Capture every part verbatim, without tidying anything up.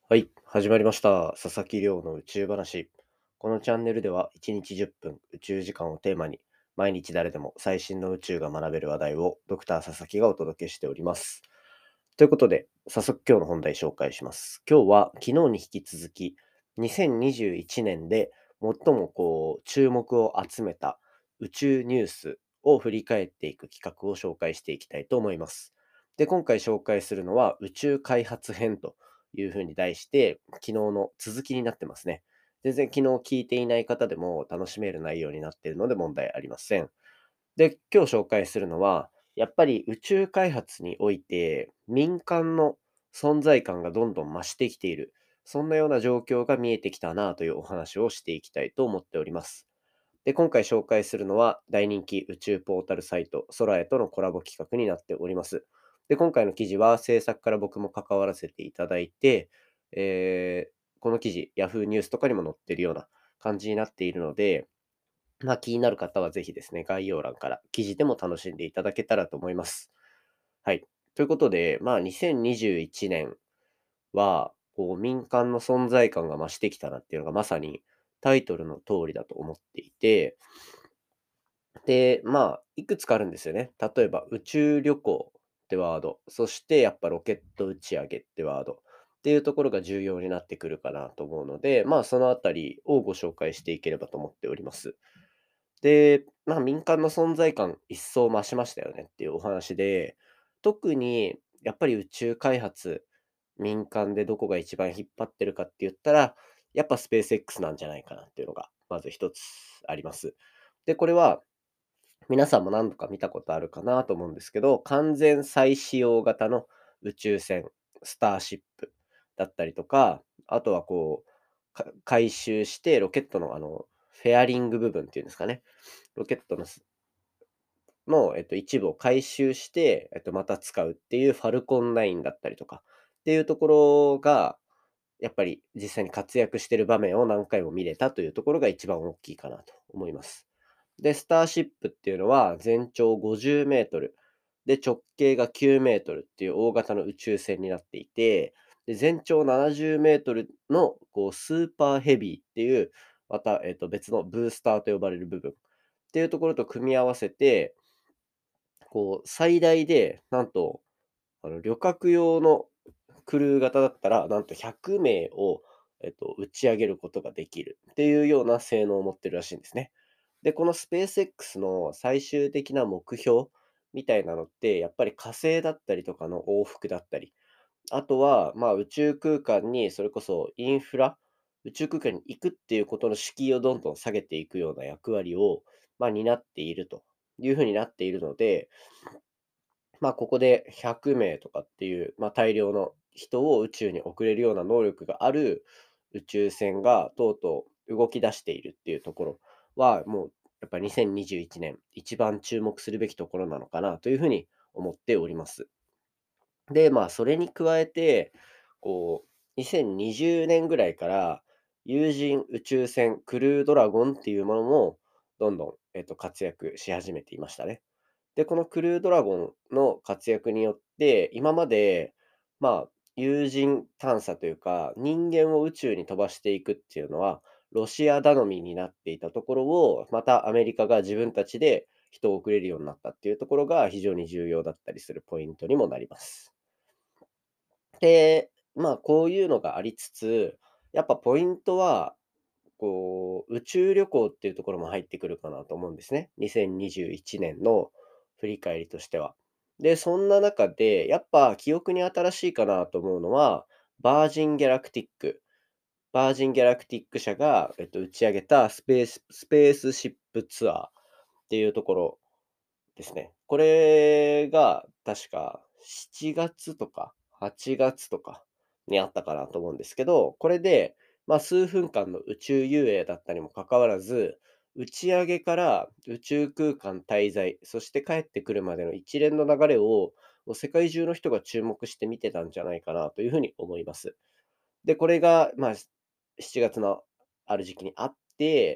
はい、始まりました。佐々木亮の宇宙話。このチャンネルではいちにちじゅっぷん宇宙時間をテーマに、毎日誰でも最新の宇宙が学べる話題をドクター佐々木がお届けしております。ということで、早速今日の本題紹介します。今日は昨日に引き続き、にせんにじゅういちねんで最もこう注目を集めた宇宙ニュースを振り返っていく企画を紹介していきたいと思います。で、今回紹介するのは宇宙開発編というふうに題して、昨日の続きになってますね。全然昨日聞いていない方でも楽しめる内容になっているので問題ありません。で、今日紹介するのは、やっぱり宇宙開発において民間の存在感がどんどん増してきている。そんなような状況が見えてきたなというお話をしていきたいと思っております。で、今回紹介するのは大人気宇宙ポータルサイト空へとのコラボ企画になっております。で、今回の記事は制作から僕も関わらせていただいて、えーこの記事、Yahoo ニュースとかにも載っているような感じになっているので、まあ、気になる方はぜひですね、概要欄から記事でも楽しんでいただけたらと思います。はい。ということで、まあ、にせんにじゅういちねんは、こう、民間の存在感が増してきたなっていうのがまさにタイトルの通りだと思っていて、で、まあ、いくつかあるんですよね。例えば、宇宙旅行ってワード、そしてやっぱロケット打ち上げってワードっていうところが重要になってくるかなと思うので、まあ、そのあたりをご紹介していければと思っております。で、まあ、民間の存在感一層増しましたよねっていうお話で、特にやっぱり宇宙開発、民間でどこが一番引っ張ってるかって言ったら、やっぱスペース X なんじゃないかなっていうのが、まず一つあります。で、これは皆さんも何度か見たことあるかなと思うんですけど、完全再使用型の宇宙船、スターシップだったりとか、あとはこう、か回収してロケットのあの、フェアリング部分っていうんですかね。ロケットのすの、えっと、一部を回収して、えっと、また使うっていうファルコンナインだったりとかっていうところが、やっぱり実際に活躍している場面を何回も見れたというところが一番大きいかなと思います。で、スターシップっていうのは全長ごじゅうメートル、で、直径がきゅうメートルっていう大型の宇宙船になっていて、で、全長ななじゅうメートルのこうスーパーヘビーっていう、また、えっと、別のブースターと呼ばれる部分っていうところと組み合わせて、こう最大でなんと、あの、旅客用のクルー型だったら、なんとひゃくめいを、えっと、打ち上げることができるっていうような性能を持ってるらしいんですね。で、このスペース X の最終的な目標みたいなのって、やっぱり火星だったりとかの往復だったり、あとは、まあ、宇宙空間にそれこそインフラ、宇宙空間に行くっていうことの敷居をどんどん下げていくような役割を、まあ、担っているというふうになっているので、まあ、ここでひゃくめいとかっていう、まあ、大量の人を宇宙に送れるような能力がある宇宙船がとうとう動き出しているっていうところは、もうやっぱりにせんにじゅういちねん、一番注目するべきところなのかなというふうに思っております。で、まあ、それに加えて、こう、にせんにじゅうねんぐらいから、有人宇宙船クルードラゴンっていうものも、どんどん、えっと、活躍し始めていましたね。で、このクルードラゴンの活躍によって、今まで、まあ、有人探査というか、人間を宇宙に飛ばしていくっていうのは、ロシア頼みになっていたところを、またアメリカが自分たちで人を送れるようになったっていうところが非常に重要だったりするポイントにもなります。で、まあ、こういうのがありつつ、やっぱポイントは、こう、宇宙旅行っていうところも入ってくるかなと思うんですね。にせんにじゅういちねんの振り返りとしては。で、そんな中で、やっぱ記憶に新しいかなと思うのは、バージン・ギャラクティック。バージン・ギャラクティック社が、えっと、打ち上げたスペーススペースシップツアーっていうところですね。これが確かしちがつとかはちがつとかにあったかなと思うんですけど、これで、まあ、数分間の宇宙遊泳だったにもかかわらず、打ち上げから宇宙空間滞在、そして帰ってくるまでの一連の流れを、もう世界中の人が注目して見てたんじゃないかなというふうに思います。で、これが、まあ、ししちがつのある時期にあって、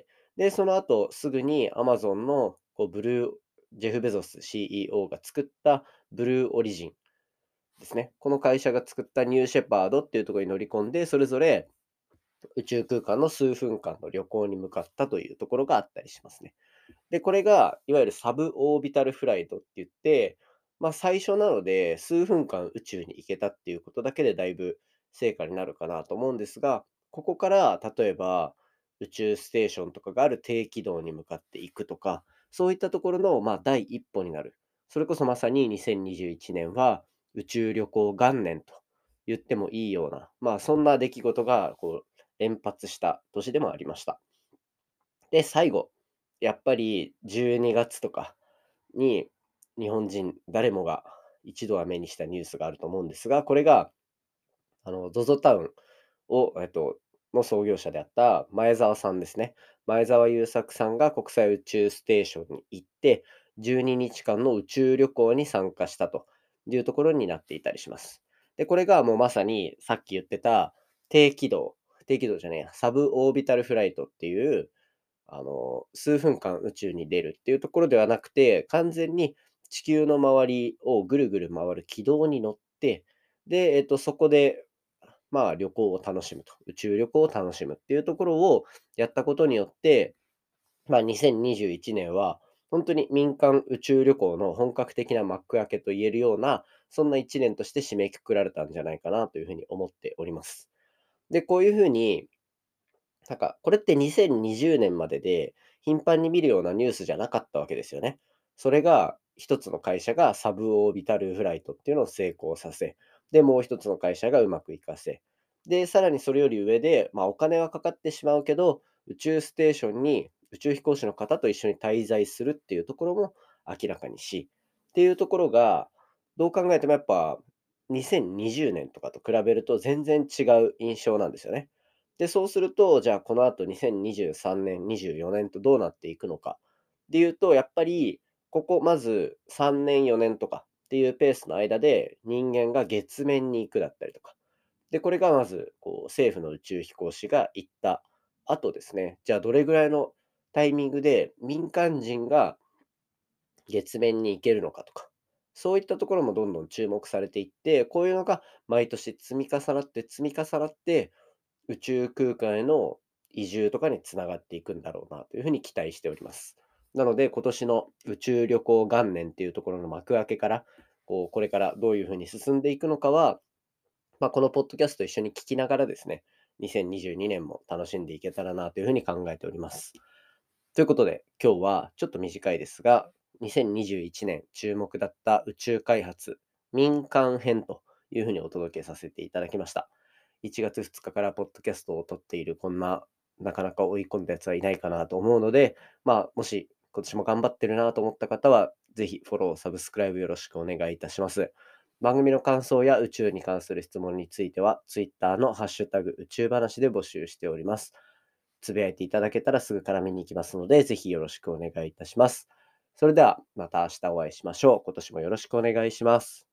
で、その後すぐにアマゾンのこうブルージェフ・ベゾス シーイーオー が作ったブルーオリジン。 ですね。この会社が作ったニューシェパードっていうところに乗り込んで、それぞれ宇宙空間の数分間の旅行に向かったというところがあったりしますね。で、これがいわゆるサブオービタルフライトって言って、まあ、最初なので数分間宇宙に行けたっていうことだけでだいぶ成果になるかなと思うんですが、ここから例えば宇宙ステーションとかがある低軌道に向かっていくとか、そういったところの、まあ、第一歩になる。それこそまさににせんにじゅういちねんは宇宙旅行元年と言ってもいいような、まあ、そんな出来事がこう連発した年でもありました。で、最後、やっぱりじゅうにがつとかに、日本人誰もが一度は目にしたニュースがあると思うんですが、これが、あの、ZOZO タウンを、えっと、の創業者であった前澤さんですね。前澤友作さんが国際宇宙ステーションに行って、じゅうににちかんの宇宙旅行に参加したというところになっていたりします。で、これがもうまさにさっき言ってた低軌道、低軌道じゃねえや、サブオービタルフライトっていう、あの、数分間宇宙に出るっていうところではなくて、完全に地球の周りをぐるぐる回る軌道に乗って、で、えっと、そこで、まあ、旅行を楽しむと、宇宙旅行を楽しむっていうところをやったことによって、まあ、にせんにじゅういちねんは、本当に民間宇宙旅行の本格的な幕開けと言えるような、そんないちねんとして締めくくられたんじゃないかなというふうに思っております。で、こういうふうになんか、これってにせんにじゅうねんまでで、頻繁に見るようなニュースじゃなかったわけですよね。それが、一つの会社がサブオービタルフライトっていうのを成功させ、で、もう一つの会社がうまくいかせ、で、さらにそれより上で、まあ、お金はかかってしまうけど、宇宙ステーションに宇宙飛行士の方と一緒に滞在するっていうところも明らかにし、っていうところが、どう考えてもやっぱ、にせんにじゅうねんとかと比べると全然違う印象なんですよね。で、そうすると、じゃあこの後にせんにじゅうさんねん、にじゅうよねんとどうなっていくのかっていうと、やっぱり、ここまずさんねん、よねんとかっていうペースの間で、人間が月面に行くだったりとか。で、これがまず、こう、政府の宇宙飛行士が行った後ですね、じゃあどれぐらいのタイミングで民間人が月面に行けるのかとか、そういったところもどんどん注目されていって、こういうのが毎年積み重なって積み重なって、宇宙空間への移住とかにつながっていくんだろうなというふうに期待しております。なので、今年の宇宙旅行元年っていうところの幕開けから、こう、これからどういうふうに進んでいくのかは、まあ、このポッドキャストと一緒に聞きながらですね、にせんにじゅうにねんも楽しんでいけたらなというふうに考えております。ということで、今日はちょっと短いですが、にせんにじゅういちねん注目だった宇宙開発民間編というふうにお届けさせていただきました。いちがつふつかかからポッドキャストを撮っているこんな、なかなか追い込んだやつはいないかなと思うので、まあ、もし今年も頑張ってるなと思った方は、ぜひフォロー、サブスクライブよろしくお願いいたします。番組の感想や宇宙に関する質問については、Twitter のハッシュタグ宇宙話で募集しております。つぶやいていただけたらすぐ絡みに行きますので、ぜひよろしくお願いいたします。それではまた明日お会いしましょう。今年もよろしくお願いします。